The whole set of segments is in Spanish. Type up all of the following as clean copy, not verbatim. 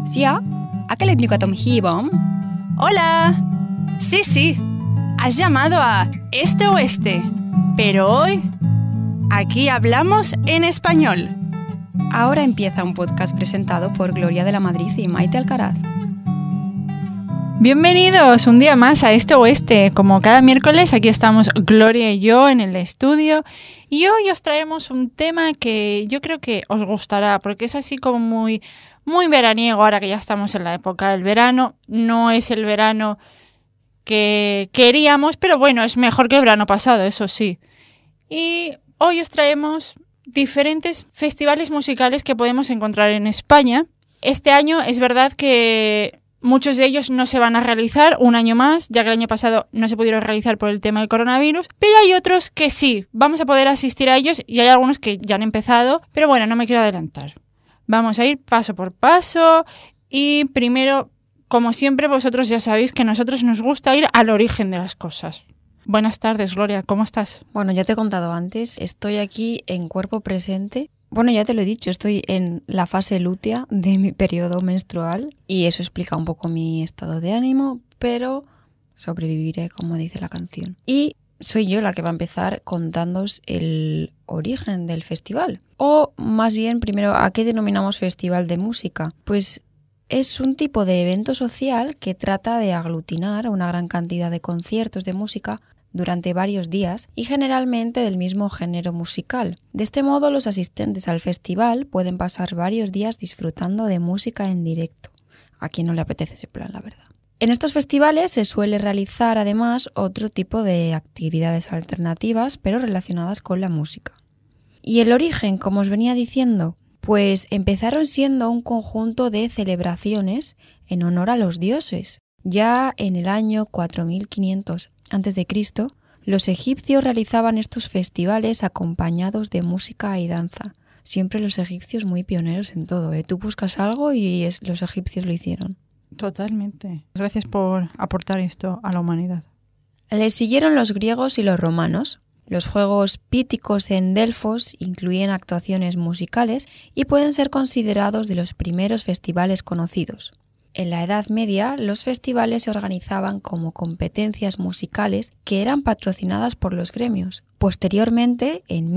Sia, ¿aquel explica Tom Hibom? ¡Hola! Sí, has llamado a Este Oeste, pero hoy aquí hablamos en español. Ahora empieza un podcast presentado por Gloria de la Madrid y Maite Alcaraz. Bienvenidos un día más a Este Oeste. Como cada miércoles, aquí estamos Gloria y yo en el estudio. Y hoy os traemos un tema que yo creo que os gustará, porque es así como muy veraniego ahora que ya estamos en la época del verano. No es el verano que queríamos, pero bueno, es mejor que el verano pasado, eso sí. Y hoy os traemos diferentes festivales musicales que podemos encontrar en España. Este año es verdad que muchos de ellos no se van a realizar un año más, ya que el año pasado no se pudieron realizar por el tema del coronavirus, pero hay otros que sí, vamos a poder asistir a ellos y hay algunos que ya han empezado, pero bueno, no me quiero adelantar. Vamos a ir paso por paso y primero, como siempre, vosotros ya sabéis que a nosotros nos gusta ir al origen de las cosas. Buenas tardes, Gloria, ¿cómo estás? Bueno, ya te he contado antes, estoy aquí en cuerpo presente. Bueno, ya te lo he dicho, estoy en la fase lútea de mi periodo menstrual y eso explica un poco mi estado de ánimo, pero sobreviviré, como dice la canción. Y soy yo la que va a empezar contándoos el origen del festival. O más bien, primero, ¿a qué denominamos festival de música? Pues es un tipo de evento social que trata de aglutinar una gran cantidad de conciertos de música durante varios días y generalmente del mismo género musical. De este modo, los asistentes al festival pueden pasar varios días disfrutando de música en directo. A quien no le apetece ese plan, la verdad. En estos festivales se suele realizar además otro tipo de actividades alternativas, pero relacionadas con la música. ¿Y el origen, como os venía diciendo? Pues empezaron siendo un conjunto de celebraciones en honor a los dioses. Ya en el año 4500 a.C., los egipcios realizaban estos festivales acompañados de música y danza. Siempre los egipcios muy pioneros en todo, ¿eh? Tú buscas algo y los egipcios lo hicieron. Totalmente. Gracias por aportar esto a la humanidad. Le siguieron los griegos y los romanos. Los juegos píticos en Delfos incluían actuaciones musicales y pueden ser considerados de los primeros festivales conocidos. En la Edad Media, los festivales se organizaban como competencias musicales que eran patrocinadas por los gremios. Posteriormente, en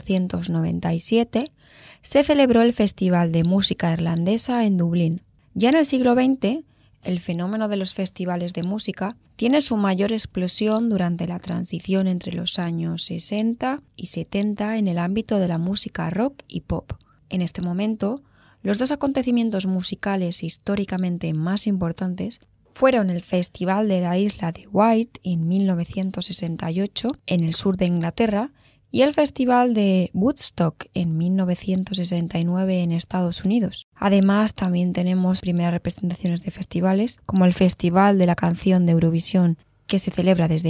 1897, se celebró el Festival de Música Irlandesa en Dublín. Ya en el siglo XX, el fenómeno de los festivales de música tiene su mayor explosión durante la transición entre los años 60 y 70 en el ámbito de la música rock y pop. En este momento, los dos acontecimientos musicales históricamente más importantes fueron el Festival de la Isla de Wight en 1968 en el sur de Inglaterra y el Festival de Woodstock en 1969 en Estados Unidos. Además, también tenemos primeras representaciones de festivales, como el Festival de la Canción de Eurovisión, que se celebra desde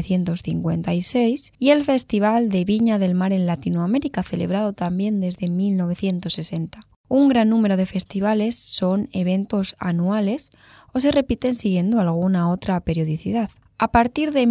1956, y el Festival de Viña del Mar en Latinoamérica, celebrado también desde 1960. Un gran número de festivales son eventos anuales o se repiten siguiendo alguna otra periodicidad. A partir de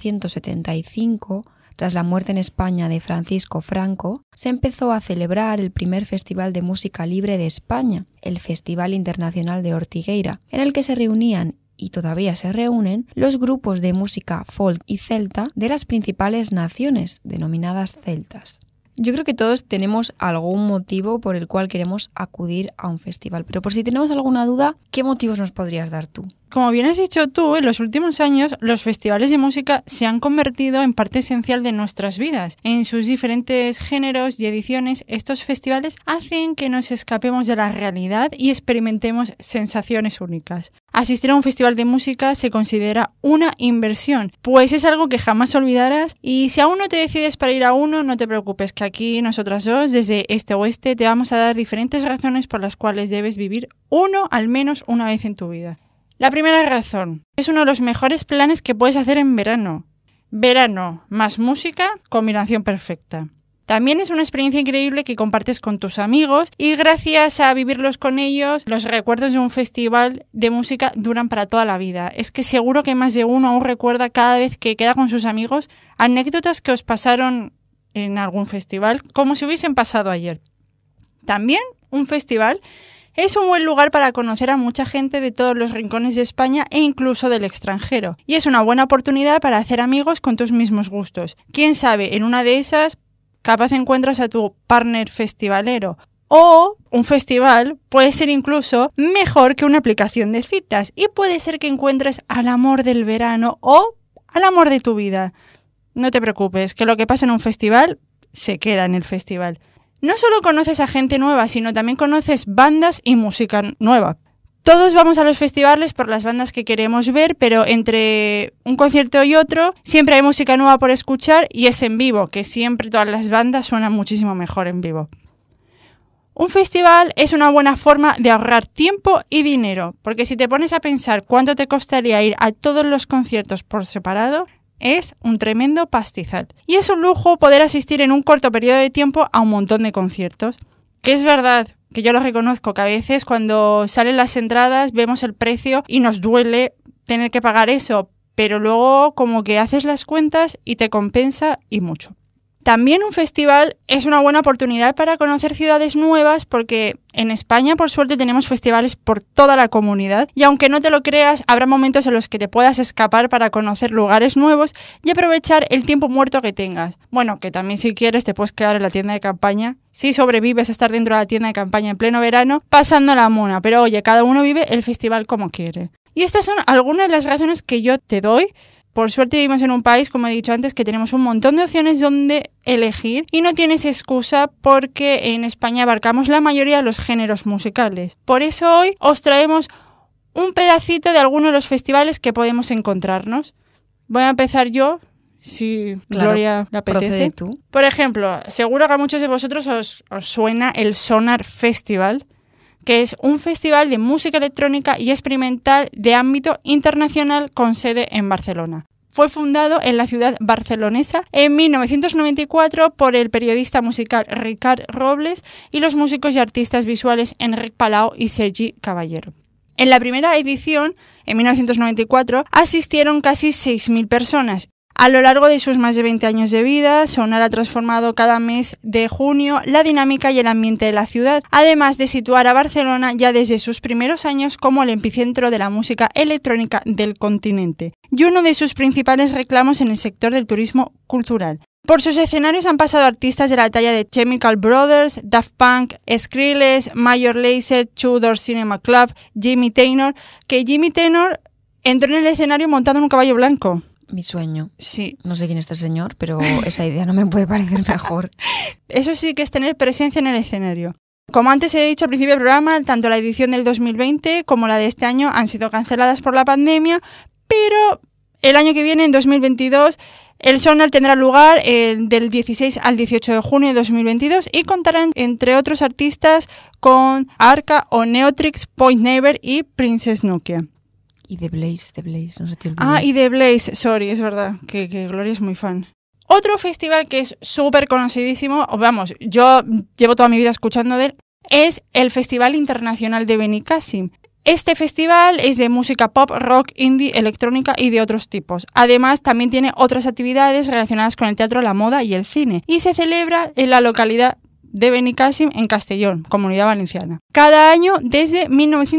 1975, tras la muerte en España de Francisco Franco, se empezó a celebrar el primer festival de música libre de España, el Festival Internacional de Ortigueira, en el que se reunían y todavía se reúnen los grupos de música folk y celta de las principales naciones, denominadas celtas. Yo creo que todos tenemos algún motivo por el cual queremos acudir a un festival, pero por si tenemos alguna duda, ¿qué motivos nos podrías dar tú? Como bien has dicho tú, en los últimos años los festivales de música se han convertido en parte esencial de nuestras vidas. En sus diferentes géneros y ediciones, estos festivales hacen que nos escapemos de la realidad y experimentemos sensaciones únicas. Asistir a un festival de música se considera una inversión, pues es algo que jamás olvidarás, y si aún no te decides para ir a uno, no te preocupes, que aquí nosotras dos, desde Este Oeste, te vamos a dar diferentes razones por las cuales debes vivir uno al menos una vez en tu vida. La primera razón, es uno de los mejores planes que puedes hacer en verano. Verano más música, combinación perfecta. También es una experiencia increíble que compartes con tus amigos y gracias a vivirlos con ellos, los recuerdos de un festival de música duran para toda la vida. Es que seguro que más de uno aún recuerda cada vez que queda con sus amigos anécdotas que os pasaron en algún festival como si hubiesen pasado ayer. También un festival Es un buen lugar para conocer a mucha gente de todos los rincones de España e incluso del extranjero. Y es una buena oportunidad para hacer amigos con tus mismos gustos. Quién sabe, en una de esas capaz encuentras a tu partner festivalero. O un festival puede ser incluso mejor que una aplicación de citas y puede ser que encuentres al amor del verano o al amor de tu vida. No te preocupes, que lo que pasa en un festival se queda en el festival. No solo conoces a gente nueva, sino también conoces bandas y música nueva. Todos vamos a los festivales por las bandas que queremos ver, pero entre un concierto y otro siempre hay música nueva por escuchar y es en vivo, que siempre todas las bandas suenan muchísimo mejor en vivo. Un festival es una buena forma de ahorrar tiempo y dinero, porque si te pones a pensar cuánto te costaría ir a todos los conciertos por separado, es un tremendo pastizal. Y es un lujo poder asistir en un corto periodo de tiempo a un montón de conciertos. Que es verdad, que yo lo reconozco, que a veces cuando salen las entradas vemos el precio y nos duele tener que pagar eso, pero luego como que haces las cuentas y te compensa y mucho. También un festival es una buena oportunidad para conocer ciudades nuevas porque en España, por suerte, tenemos festivales por toda la comunidad y aunque no te lo creas, habrá momentos en los que te puedas escapar para conocer lugares nuevos y aprovechar el tiempo muerto que tengas. Bueno, que también si quieres te puedes quedar en la tienda de campaña, si sobrevives a estar dentro de la tienda de campaña en pleno verano, pasando la mona, pero oye, cada uno vive el festival como quiere. Y estas son algunas de las razones que yo te doy. Por suerte vivimos en un país, como he dicho antes, que tenemos un montón de opciones donde elegir y no tienes excusa porque en España abarcamos la mayoría de los géneros musicales. Por eso hoy os traemos un pedacito de algunos de los festivales que podemos encontrarnos. Voy a empezar yo, si claro, Gloria le apetece. Procede tú. Por ejemplo, seguro que a muchos de vosotros os suena el Sonar Festival, que es un festival de música electrónica y experimental de ámbito internacional con sede en Barcelona. Fue fundado en la ciudad barcelonesa en 1994 por el periodista musical Ricard Robles y los músicos y artistas visuales Enric Palau y Sergi Caballero. En la primera edición, en 1994, asistieron casi 6.000 personas. A lo largo de sus más de 20 años de vida, Sonar ha transformado cada mes de junio la dinámica y el ambiente de la ciudad, además de situar a Barcelona ya desde sus primeros años como el epicentro de la música electrónica del continente y uno de sus principales reclamos en el sector del turismo cultural. Por sus escenarios han pasado artistas de la talla de Chemical Brothers, Daft Punk, Skrillex, Major Lazer, Tudor Cinema Club, Jimmy Tenor, que Jimmy Tenor entró en el escenario montado en un caballo blanco. Mi sueño. Sí. No sé quién es este señor, pero esa idea no me puede parecer mejor. Eso sí que es tener presencia en el escenario. Como antes he dicho al principio del programa, tanto la edición del 2020 como la de este año han sido canceladas por la pandemia, pero el año que viene, en 2022, el Sonar tendrá lugar del 16 al 18 de junio de 2022 y contarán, entre otros artistas, con Arca o Neotrix, Point Never y Princess Nokia. Y The Blaze, no se te olvide. Ah, y The Blaze, sorry, es verdad, que Gloria es muy fan. Otro festival que es súper conocidísimo, vamos, yo llevo toda mi vida escuchando de él, es el Festival Internacional de Benicàssim. Este festival es de música pop, rock, indie, electrónica y de otros tipos. Además, también tiene otras actividades relacionadas con el teatro, la moda y el cine. Y se celebra en la localidad de Benicàssim, en Castellón, Comunidad Valenciana, cada año desde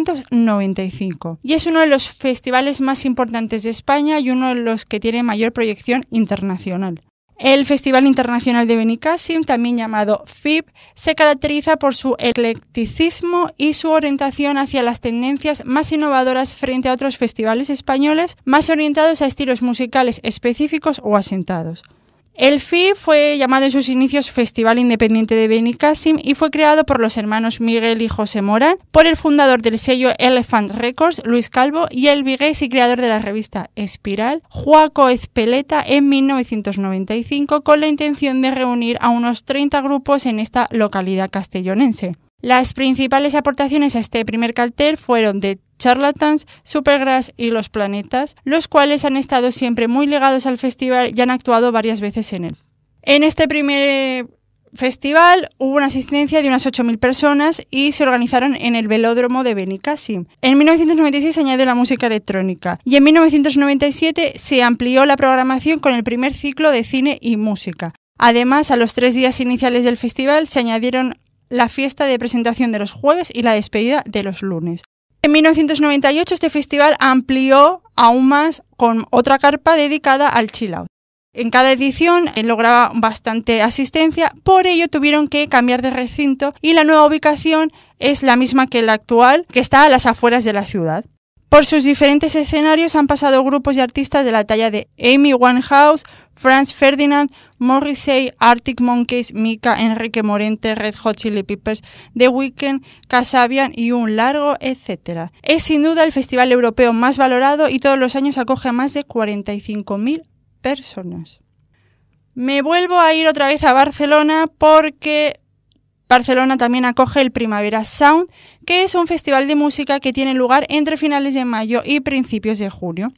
1995. Y es uno de los festivales más importantes de España y uno de los que tiene mayor proyección internacional. El Festival Internacional de Benicàssim, también llamado FIB, se caracteriza por su eclecticismo y su orientación hacia las tendencias más innovadoras frente a otros festivales españoles más orientados a estilos musicales específicos o asentados. El FIB fue llamado en sus inicios Festival Independiente de Benicàssim y fue creado por los hermanos Miguel y José Morán, por el fundador del sello Elephant Records, Luis Calvo, y el vigués y creador de la revista Espiral, Joaco Ezpeleta, en 1995, con la intención de reunir a unos 30 grupos en esta localidad castellonense. Las principales aportaciones a este primer cartel fueron de Charlatans, Supergrass y Los Planetas, los cuales han estado siempre muy ligados al festival y han actuado varias veces en él. En este primer festival hubo una asistencia de unas 8.000 personas y se organizaron en el velódromo de Benicàssim. En 1996 se añadió la música electrónica y en 1997 se amplió la programación con el primer ciclo de cine y música. Además, a los 3 días iniciales del festival se añadieron la fiesta de presentación de los jueves y la despedida de los lunes. En 1998 este festival amplió aún más con otra carpa dedicada al chill out. En cada edición lograba bastante asistencia, por ello tuvieron que cambiar de recinto y la nueva ubicación es la misma que la actual, que está a las afueras de la ciudad. Por sus diferentes escenarios han pasado grupos y artistas de la talla de Amy Winehouse, Franz Ferdinand, Morrissey, Arctic Monkeys, Mika, Enrique Morente, Red Hot Chili Peppers, The Weeknd, Kasabian y un largo etcétera. Es sin duda el festival europeo más valorado y todos los años acoge a más de 45.000 personas. Me vuelvo a ir otra vez a Barcelona porque Barcelona también acoge el Primavera Sound, que es un festival de música que tiene lugar entre finales de mayo y principios de junio.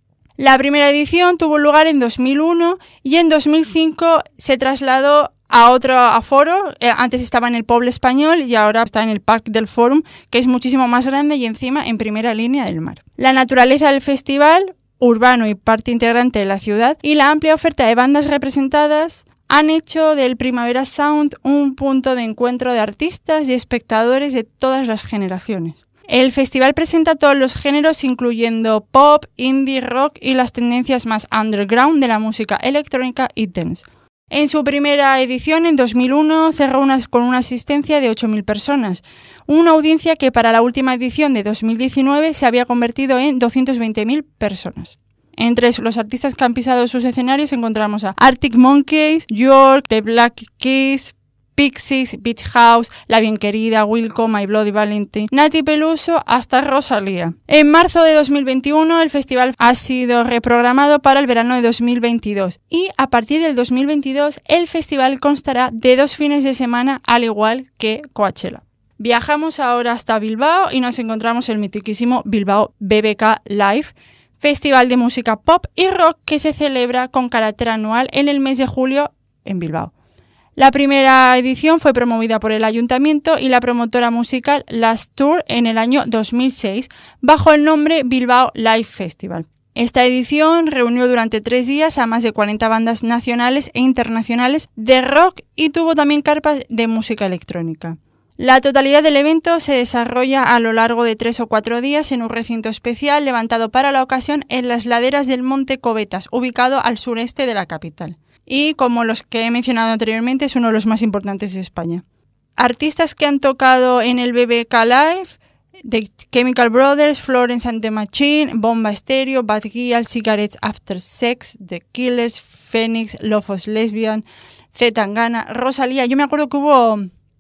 La primera edición tuvo lugar en 2001 y en 2005 se trasladó a otro aforo. Antes estaba en el Poble Español y ahora está en el Parc del Fòrum, que es muchísimo más grande y encima en primera línea del mar. La naturaleza del festival, urbano y parte integrante de la ciudad, y la amplia oferta de bandas representadas han hecho del Primavera Sound un punto de encuentro de artistas y espectadores de todas las generaciones. El festival presenta todos los géneros, incluyendo pop, indie, rock y las tendencias más underground de la música electrónica y dance. En su primera edición, en 2001, cerró con una asistencia de 8.000 personas, una audiencia que para la última edición de 2019 se había convertido en 220.000 personas. Entre los artistas que han pisado sus escenarios encontramos a Arctic Monkeys, York, The Black Keys, Pixies, Beach House, La Bien Querida, Wilco, My Bloody Valentine, Nati Peluso, hasta Rosalía. En marzo de 2021 el festival ha sido reprogramado para el verano de 2022 y a partir del 2022 el festival constará de 2 fines de semana al igual que Coachella. Viajamos ahora hasta Bilbao y nos encontramos el mitiquísimo Bilbao BBK Live, festival de música pop y rock que se celebra con carácter anual en el mes de julio en Bilbao. La primera edición fue promovida por el ayuntamiento y la promotora musical Last Tour en el año 2006 bajo el nombre Bilbao Live Festival. Esta edición reunió durante 3 días a más de 40 bandas nacionales e internacionales de rock y tuvo también carpas de música electrónica. La totalidad del evento se desarrolla a lo largo de 3 o 4 días en un recinto especial levantado para la ocasión en las laderas del Monte Covetas, ubicado al sureste de la capital. Y como los que he mencionado anteriormente, es uno de los más importantes de España. Artistas que han tocado en el BBK Live: The Chemical Brothers, Florence and the Machine, Bomba Estéreo, Bad Gyal, Cigarettes After Sex, The Killers, Phoenix, Love of Lesbian, Z Tangana, Rosalía. Yo me acuerdo que hubo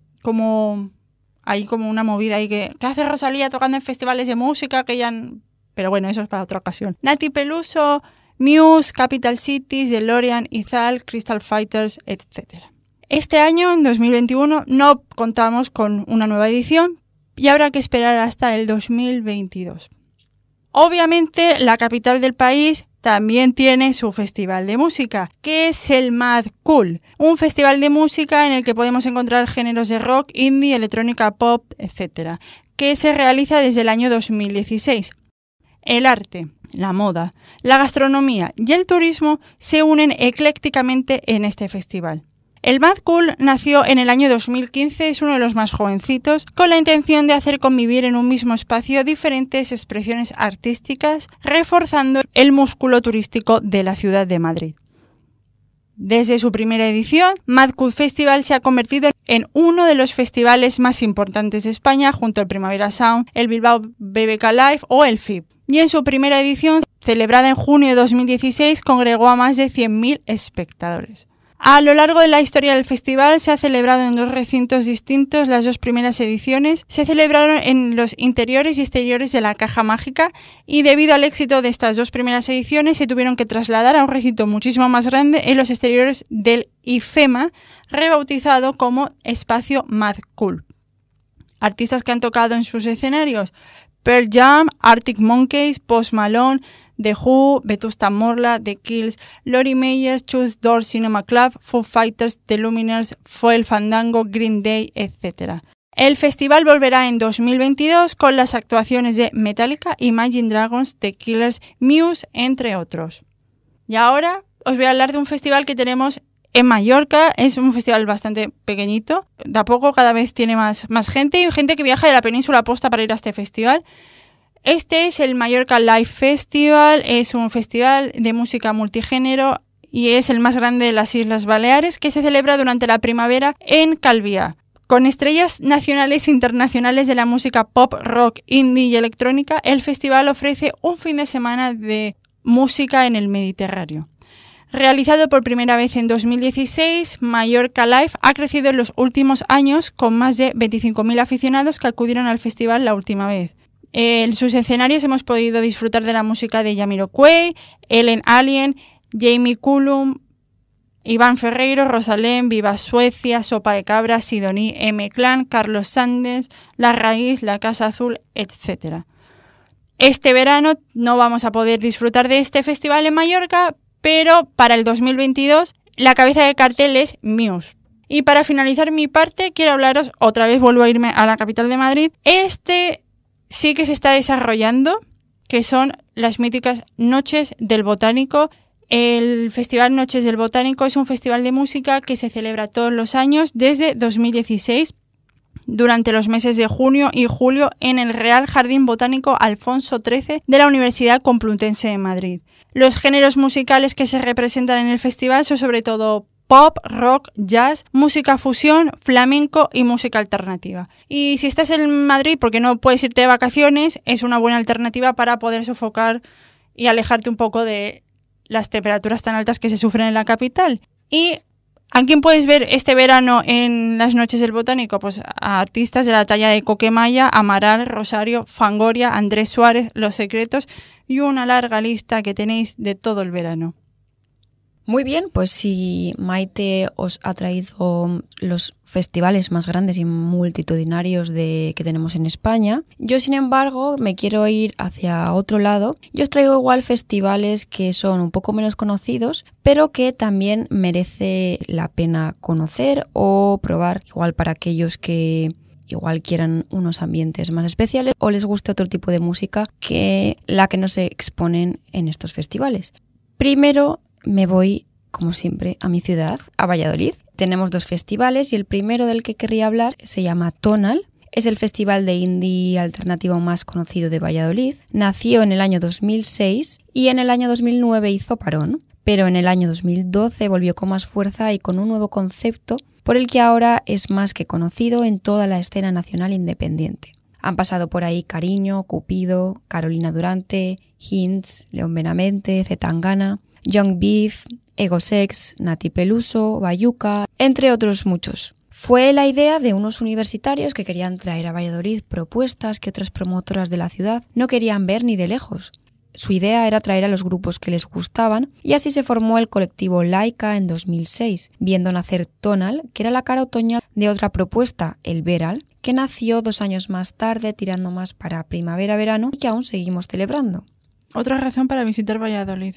como una movida ahí que hace Rosalía tocando en festivales de música pero bueno, eso es para otra ocasión. Nati Peluso, Muse, Capital Cities, DeLorean, Izal, Crystal Fighters, etc. Este año, en 2021, no contamos con una nueva edición y habrá que esperar hasta el 2022. Obviamente, la capital del país también tiene su festival de música, que es el Mad Cool, un festival de música en el que podemos encontrar géneros de rock, indie, electrónica, pop, etc., que se realiza desde el año 2016. El arte, la moda, la gastronomía y el turismo se unen eclécticamente en este festival. El Mad Cool nació en el año 2015, es uno de los más jovencitos, con la intención de hacer convivir en un mismo espacio diferentes expresiones artísticas, reforzando el músculo turístico de la ciudad de Madrid. Desde su primera edición, Mad Cool Festival se ha convertido en uno de los festivales más importantes de España, junto al Primavera Sound, el Bilbao BBK Live o el FIB. Y en su primera edición, celebrada en junio de 2016, congregó a más de 100.000 espectadores. A lo largo de la historia del festival se ha celebrado en 2 recintos distintos. Las 2 primeras ediciones se celebraron en los interiores y exteriores de la Caja Mágica y debido al éxito de estas 2 primeras ediciones se tuvieron que trasladar a un recinto muchísimo más grande en los exteriores del IFEMA, rebautizado como Espacio Mad Cool. Artistas que han tocado en sus escenarios: Pearl Jam, Arctic Monkeys, Post Malone, The Who, Vetusta Morla, The Kills, Lori Meyers, Truth Door Cinema Club, Foo Fighters, The Lumineers, Foel Fandango, Green Day, etc. El festival volverá en 2022 con las actuaciones de Metallica, Imagine Dragons, The Killers, Muse, entre otros. Y ahora os voy a hablar de un festival que tenemos en Mallorca. Es un festival bastante pequeñito. De a poco cada vez tiene más gente y gente que viaja de la península aposta para ir a este festival. Este es el Mallorca Live Festival. Es un festival de música multigénero y es el más grande de las Islas Baleares, que se celebra durante la primavera en Calviá. Con estrellas nacionales e internacionales de la música pop, rock, indie y electrónica, el festival ofrece un fin de semana de música en el Mediterráneo. Realizado por primera vez en 2016, Mallorca Live ha crecido en los últimos años con más de 25.000 aficionados que acudieron al festival la última vez. En sus escenarios hemos podido disfrutar de la música de Jamiroquai, Ellen Allien, Jamie Cullum, Iván Ferreiro, Rosalén, Viva Suecia, Sopa de Cabra, Sidoní, M-Clan, Carlos Sanders, La Raíz, La Casa Azul, etc. Este verano no vamos a poder disfrutar de este festival en Mallorca, pero para el 2022 la cabeza de cartel es Muse. Y para finalizar mi parte, quiero hablaros, otra vez vuelvo a irme a la capital de Madrid, este sí que se está desarrollando, que son las míticas Noches del Botánico. El Festival Noches del Botánico es un festival de música que se celebra todos los años desde 2016 durante los meses de junio y julio en el Real Jardín Botánico Alfonso XIII de la Universidad Complutense de Madrid. Los géneros musicales que se representan en el festival son sobre todo pop, rock, jazz, música fusión, flamenco y música alternativa. Y si estás en Madrid porque no puedes irte de vacaciones, es una buena alternativa para poder sofocar y alejarte un poco de las temperaturas tan altas que se sufren en la capital. ¿Y a quién puedes ver este verano en las Noches del Botánico? Pues a artistas de la talla de Coquemaya, Amaral, Rosario, Fangoria, Andrés Suárez, Los Secretos y una larga lista que tenéis de todo el verano. Muy bien, pues si Maite os ha traído los festivales más grandes y multitudinarios que tenemos en España, yo sin embargo me quiero ir hacia otro lado y os traigo igual festivales que son un poco menos conocidos, pero que también merece la pena conocer o probar, igual para aquellos que igual quieran unos ambientes más especiales o les guste otro tipo de música que la que no se exponen en estos festivales. Primero me voy, como siempre, a mi ciudad, a Valladolid. Tenemos dos festivales y el primero del que querría hablar se llama Tonal. Es el festival de indie alternativo más conocido de Valladolid. Nació en el año 2006 y en el año 2009 hizo parón, pero en el año 2012 volvió con más fuerza y con un nuevo concepto por el que ahora es más que conocido en toda la escena nacional independiente. Han pasado por ahí Cariño, Cupido, Carolina Durante, Hints, León Benavente, Zetangana, Young Beef, Egosex, Nati Peluso, Bayuca, entre otros muchos. Fue la idea de unos universitarios que querían traer a Valladolid propuestas que otras promotoras de la ciudad no querían ver ni de lejos. Su idea era traer a los grupos que les gustaban y así se formó el colectivo Laika en 2006, viendo nacer Tonal, que era la cara otoñal de otra propuesta, el Veral, que nació 2 años más tarde tirando más para primavera-verano y que aún seguimos celebrando. Otra razón para visitar Valladolid.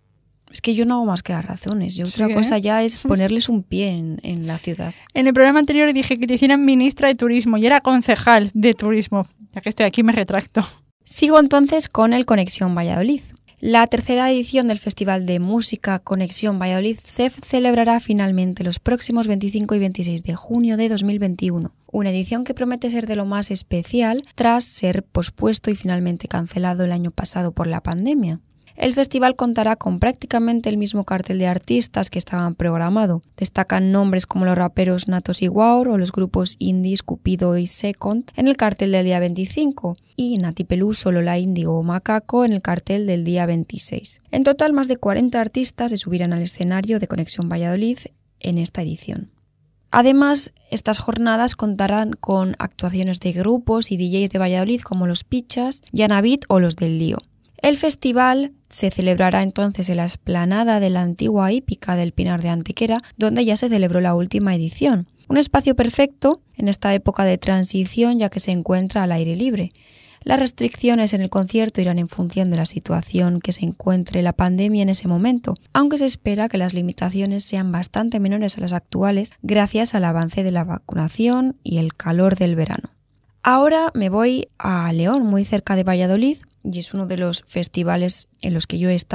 Es que yo no hago más que dar razones. Y otra cosa ya es ponerles un pie en la ciudad. En el programa anterior dije que te hicieran ministra de turismo y era concejal de turismo. Ya que estoy aquí me retracto. Sigo entonces con el Conexión Valladolid. La tercera edición del Festival de Música Conexión Valladolid se celebrará finalmente los próximos 25 y 26 de junio de 2021. Una edición que promete ser de lo más especial tras ser pospuesto y finalmente cancelado el año pasado por la pandemia. El festival contará con prácticamente el mismo cartel de artistas que estaban programado. Destacan nombres como los raperos Natos y Waur o los grupos indies Cupido y Second en el cartel del día 25 y Nati Peluso, Lola Índigo o Macaco en el cartel del día 26. En total, más de 40 artistas se subirán al escenario de Conexión Valladolid en esta edición. Además, estas jornadas contarán con actuaciones de grupos y DJs de Valladolid como los Pichas, Yanabit o los del Lío. El festival se celebrará entonces en la explanada de la antigua hípica del Pinar de Antequera, donde ya se celebró la última edición. Un espacio perfecto en esta época de transición, ya que se encuentra al aire libre. Las restricciones en el concierto irán en función de la situación que se encuentre la pandemia en ese momento, aunque se espera que las limitaciones sean bastante menores a las actuales gracias al avance de la vacunación y el calor del verano. Ahora me voy a León, muy cerca de Valladolid, y es uno de los festivales en los que yo he estado.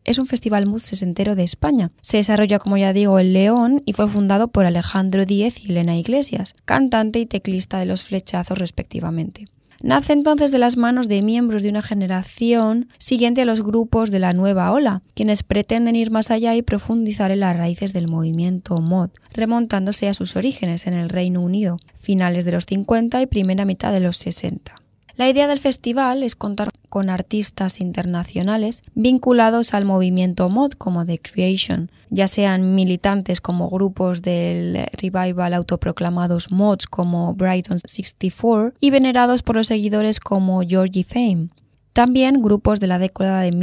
es un festival mood sesentero de España. Se desarrolla, como ya digo, en León y fue fundado por Alejandro Díez y Elena Iglesias, cantante y teclista de Los Flechazos respectivamente. Nace entonces de las manos de miembros de una generación siguiente a los grupos de la nueva ola, quienes pretenden ir más allá y profundizar en las raíces del movimiento mod, remontándose a sus orígenes en el Reino Unido, finales de los 50 y primera mitad de los 60. La idea del festival es contar con artistas internacionales vinculados al movimiento mod como The Creation, ya sean militantes como grupos del revival autoproclamados mods como Brighton 64 y venerados por los seguidores como Georgie Fame. También grupos de la década de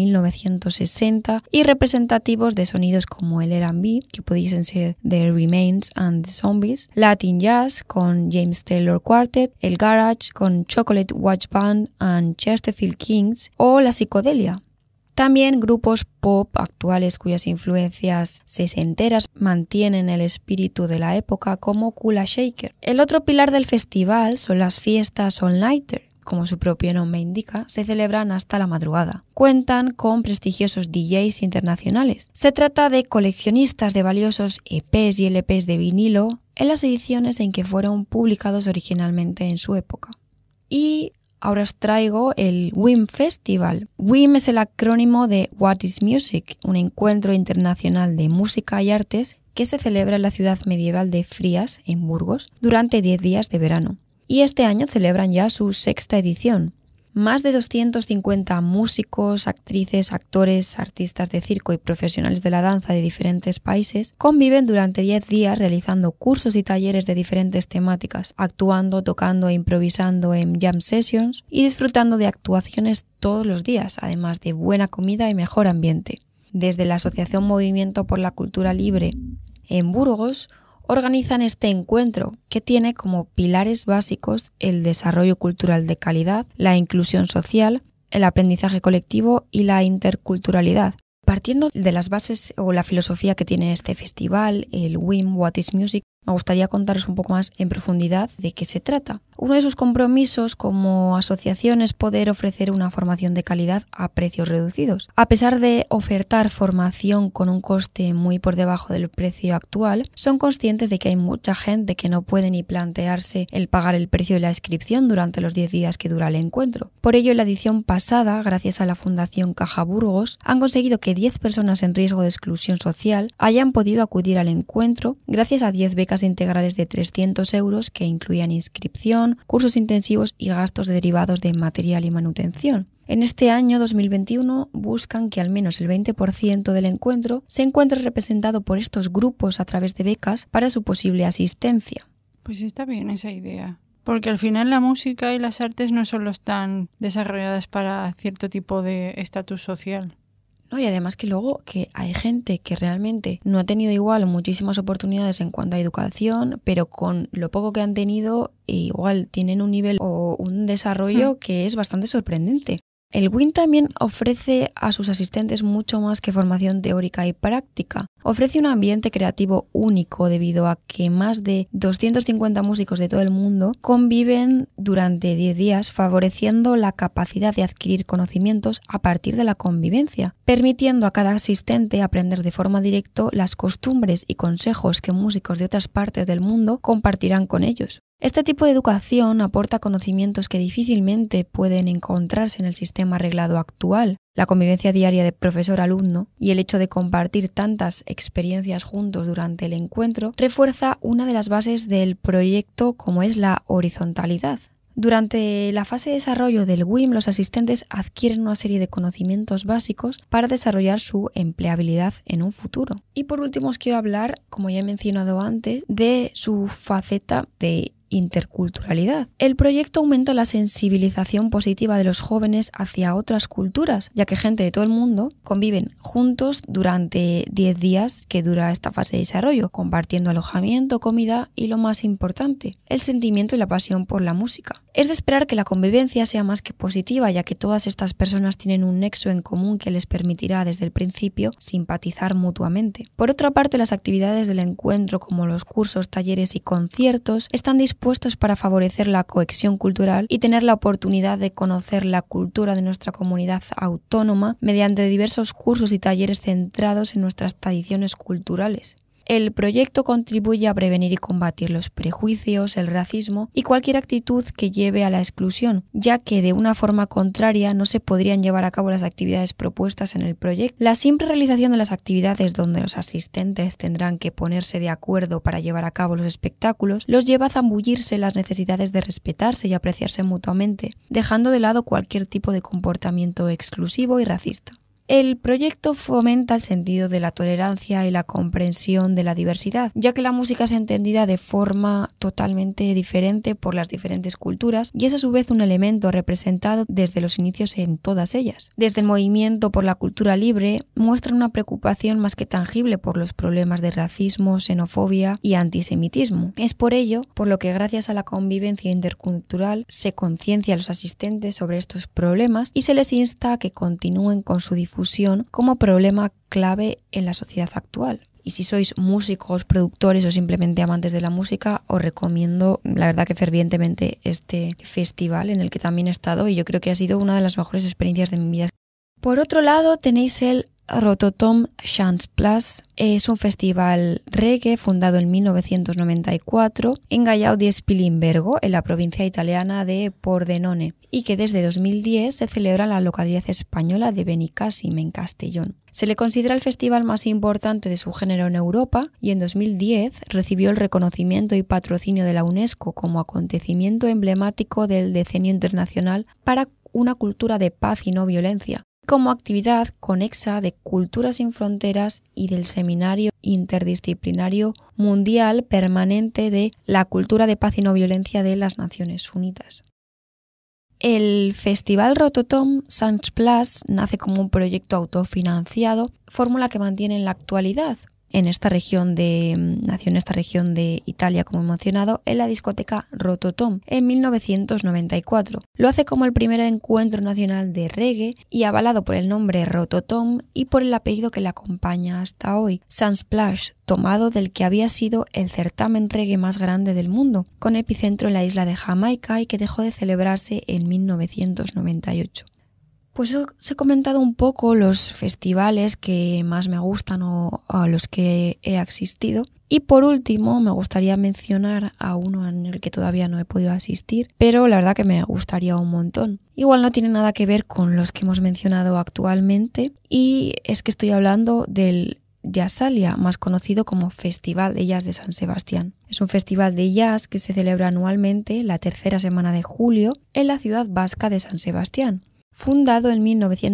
1960 y representativos de sonidos como el R&B, que pudiesen ser The Remains and the Zombies, Latin Jazz con James Taylor Quartet, el Garage con Chocolate Watch Band and Chesterfield Kings o la psicodelia. También grupos pop actuales cuyas influencias sesenteras mantienen el espíritu de la época como Kula Shaker. El otro pilar del festival son las fiestas all-nighter. Como su propio nombre indica, se celebran hasta la madrugada. Cuentan con prestigiosos DJs internacionales. Se trata de coleccionistas de valiosos EPs y LPs de vinilo en las ediciones en que fueron publicados originalmente en su época. Y ahora os traigo el WIM Festival. WIM es el acrónimo de What is Music, un encuentro internacional de música y artes que se celebra en la ciudad medieval de Frías, en Burgos, durante 10 días de verano. Y este año celebran ya su 6ª edición. Más de 250 músicos, actrices, actores, artistas de circo y profesionales de la danza de diferentes países conviven durante 10 días realizando cursos y talleres de diferentes temáticas, actuando, tocando e improvisando en jam sessions y disfrutando de actuaciones todos los días, además de buena comida y mejor ambiente. Desde la Asociación Movimiento por la Cultura Libre en Burgos, organizan este encuentro que tiene como pilares básicos el desarrollo cultural de calidad, la inclusión social, el aprendizaje colectivo y la interculturalidad. Partiendo de las bases o la filosofía que tiene este festival, el WIM What is Music, me gustaría contaros un poco más en profundidad de qué se trata. Uno de sus compromisos como asociación es poder ofrecer una formación de calidad a precios reducidos. A pesar de ofertar formación con un coste muy por debajo del precio actual, son conscientes de que hay mucha gente que no puede ni plantearse el pagar el precio de la inscripción durante los 10 días que dura el encuentro. Por ello, en la edición pasada, gracias a la Fundación Caja Burgos, han conseguido que 10 personas en riesgo de exclusión social hayan podido acudir al encuentro gracias a 10 becas integrales de 300 euros que incluían inscripción, cursos intensivos y gastos derivados de material y manutención. En este año 2021 buscan que al menos el 20% del encuentro se encuentre representado por estos grupos a través de becas para su posible asistencia. Pues está bien esa idea. Porque al final la música y las artes no solo están desarrolladas para cierto tipo de estatus social. No, y además que luego que hay gente que realmente no ha tenido igual muchísimas oportunidades en cuanto a educación, pero con lo poco que han tenido igual tienen un nivel o un desarrollo que es bastante sorprendente. El WIM también ofrece a sus asistentes mucho más que formación teórica y práctica. Ofrece un ambiente creativo único debido a que más de 250 músicos de todo el mundo conviven durante 10 días, favoreciendo la capacidad de adquirir conocimientos a partir de la convivencia, permitiendo a cada asistente aprender de forma directa las costumbres y consejos que músicos de otras partes del mundo compartirán con ellos. Este tipo de educación aporta conocimientos que difícilmente pueden encontrarse en el sistema reglado actual. La convivencia diaria de profesor-alumno y el hecho de compartir tantas experiencias juntos durante el encuentro refuerza una de las bases del proyecto, como es la horizontalidad. Durante la fase de desarrollo del WIM, los asistentes adquieren una serie de conocimientos básicos para desarrollar su empleabilidad en un futuro. Y por último os quiero hablar, como ya he mencionado antes, de su faceta de interculturalidad. El proyecto aumenta la sensibilización positiva de los jóvenes hacia otras culturas, ya que gente de todo el mundo conviven juntos durante 10 días que dura esta fase de desarrollo, compartiendo alojamiento, comida y, lo más importante, el sentimiento y la pasión por la música. Es de esperar que la convivencia sea más que positiva, ya que todas estas personas tienen un nexo en común que les permitirá desde el principio simpatizar mutuamente. Por otra parte, las actividades del encuentro, como los cursos, talleres y conciertos, están dispuestos para favorecer la cohesión cultural y tener la oportunidad de conocer la cultura de nuestra comunidad autónoma mediante diversos cursos y talleres centrados en nuestras tradiciones culturales. El proyecto contribuye a prevenir y combatir los prejuicios, el racismo y cualquier actitud que lleve a la exclusión, ya que de una forma contraria no se podrían llevar a cabo las actividades propuestas en el proyecto. La simple realización de las actividades donde los asistentes tendrán que ponerse de acuerdo para llevar a cabo los espectáculos los lleva a zambullirse las necesidades de respetarse y apreciarse mutuamente, dejando de lado cualquier tipo de comportamiento exclusivo y racista. El proyecto fomenta el sentido de la tolerancia y la comprensión de la diversidad, ya que la música es entendida de forma totalmente diferente por las diferentes culturas y es a su vez un elemento representado desde los inicios en todas ellas. Desde el movimiento por la cultura libre muestran una preocupación más que tangible por los problemas de racismo, xenofobia y antisemitismo. Es por ello por lo que gracias a la convivencia intercultural se conciencia a los asistentes sobre estos problemas y se les insta a que continúen con su difusión como problema clave en la sociedad actual. Y si sois músicos, productores o simplemente amantes de la música, os recomiendo, la verdad que fervientemente, este festival en el que también he estado y yo creo que ha sido una de las mejores experiencias de mi vida. Por otro lado, tenéis el Rototom Chansplas. Es un festival reggae fundado en 1994 en Gallao di Spilimbergo, en la provincia italiana de Pordenone, y que desde 2010 se celebra en la localidad española de Benicàssim, en Castellón. Se le considera el festival más importante de su género en Europa y en 2010 recibió el reconocimiento y patrocinio de la UNESCO como acontecimiento emblemático del Decenio Internacional para una cultura de paz y no violencia, como actividad conexa de Culturas sin Fronteras y del Seminario Interdisciplinario Mundial Permanente de la Cultura de Paz y No Violencia de las Naciones Unidas. El Festival Rototom Chansplas nace como un proyecto autofinanciado, fórmula que mantiene en la actualidad. Nació en esta región de Italia, como he mencionado, en la discoteca Rototom en 1994. Lo hace como el primer encuentro nacional de reggae y avalado por el nombre Rototom y por el apellido que le acompaña hasta hoy, Sunsplash, tomado del que había sido el certamen reggae más grande del mundo, con epicentro en la isla de Jamaica y que dejó de celebrarse en 1998. Pues os he comentado un poco los festivales que más me gustan o a los que he asistido. Y por último me gustaría mencionar a uno en el que todavía no he podido asistir, pero la verdad que me gustaría un montón. Igual no tiene nada que ver con los que hemos mencionado actualmente y es que estoy hablando del Jazzalia, más conocido como Festival de Jazz de San Sebastián. Es un festival de jazz que se celebra anualmente la tercera semana de julio en la ciudad vasca de San Sebastián. Fundado en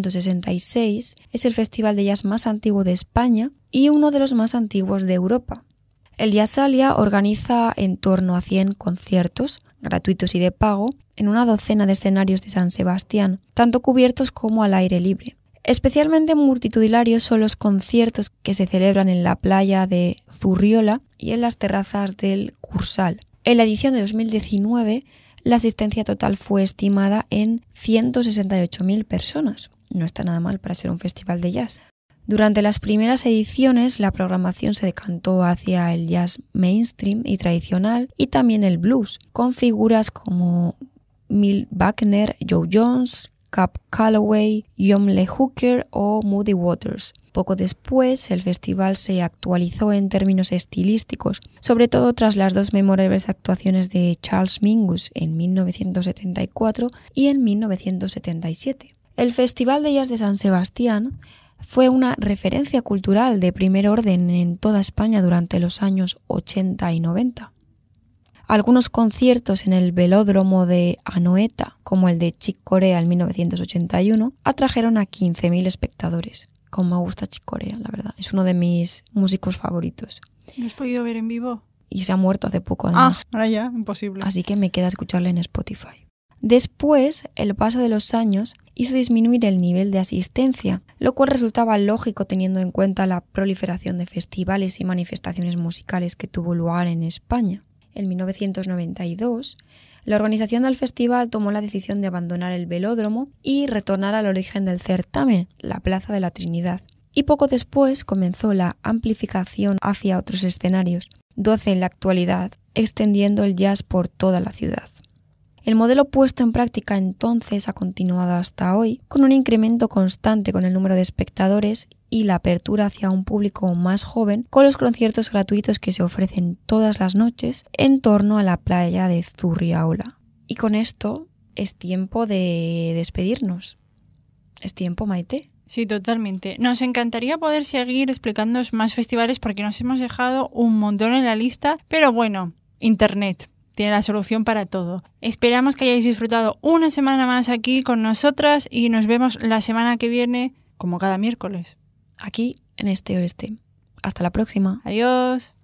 1966, es el festival de jazz más antiguo de España y uno de los más antiguos de Europa. El Jazzalia organiza en torno a 100 conciertos, gratuitos y de pago, en una docena de escenarios de San Sebastián, tanto cubiertos como al aire libre. Especialmente multitudinarios son los conciertos que se celebran en la playa de Zurriola y en las terrazas del Cursal. En la edición de 2019, la asistencia total fue estimada en 168.000 personas. No está nada mal para ser un festival de jazz. Durante las primeras ediciones, la programación se decantó hacia el jazz mainstream y tradicional y también el blues, con figuras como Milt Buckner, Joe Jones, Cab Calloway, John Lee Hooker o Muddy Waters. Poco después, el festival se actualizó en términos estilísticos, sobre todo tras las dos memorables actuaciones de Charles Mingus en 1974 y en 1977. El Festival de Jazz de San Sebastián fue una referencia cultural de primer orden en toda España durante los años 80 y 90. Algunos conciertos en el velódromo de Anoeta, como el de Chick Corea en 1981, atrajeron a 15.000 espectadores. Como me gusta Chick Corea, la verdad. Es uno de mis músicos favoritos. ¿Lo has podido ver en vivo? Y se ha muerto hace poco, además. Ahora ya, imposible. Así que me queda escucharle en Spotify. Después, el paso de los años hizo disminuir el nivel de asistencia, lo cual resultaba lógico teniendo en cuenta la proliferación de festivales y manifestaciones musicales que tuvo lugar en España. en 1992, la organización del festival tomó la decisión de abandonar el velódromo y retornar al origen del certamen, la Plaza de la Trinidad. Y poco después comenzó la amplificación hacia otros escenarios, 12 en la actualidad, extendiendo el jazz por toda la ciudad. El modelo puesto en práctica entonces ha continuado hasta hoy, con un incremento constante con el número de espectadores y la apertura hacia un público más joven, con los conciertos gratuitos que se ofrecen todas las noches en torno a la playa de Zurriaola. Y con esto es tiempo de despedirnos. ¿Es tiempo, Maite? Sí, totalmente. Nos encantaría poder seguir explicándoos más festivales porque nos hemos dejado un montón en la lista, pero bueno, Internet tiene la solución para todo. Esperamos que hayáis disfrutado una semana más aquí con nosotras y nos vemos la semana que viene, como cada miércoles. Aquí en Este Oeste. Hasta la próxima. Adiós.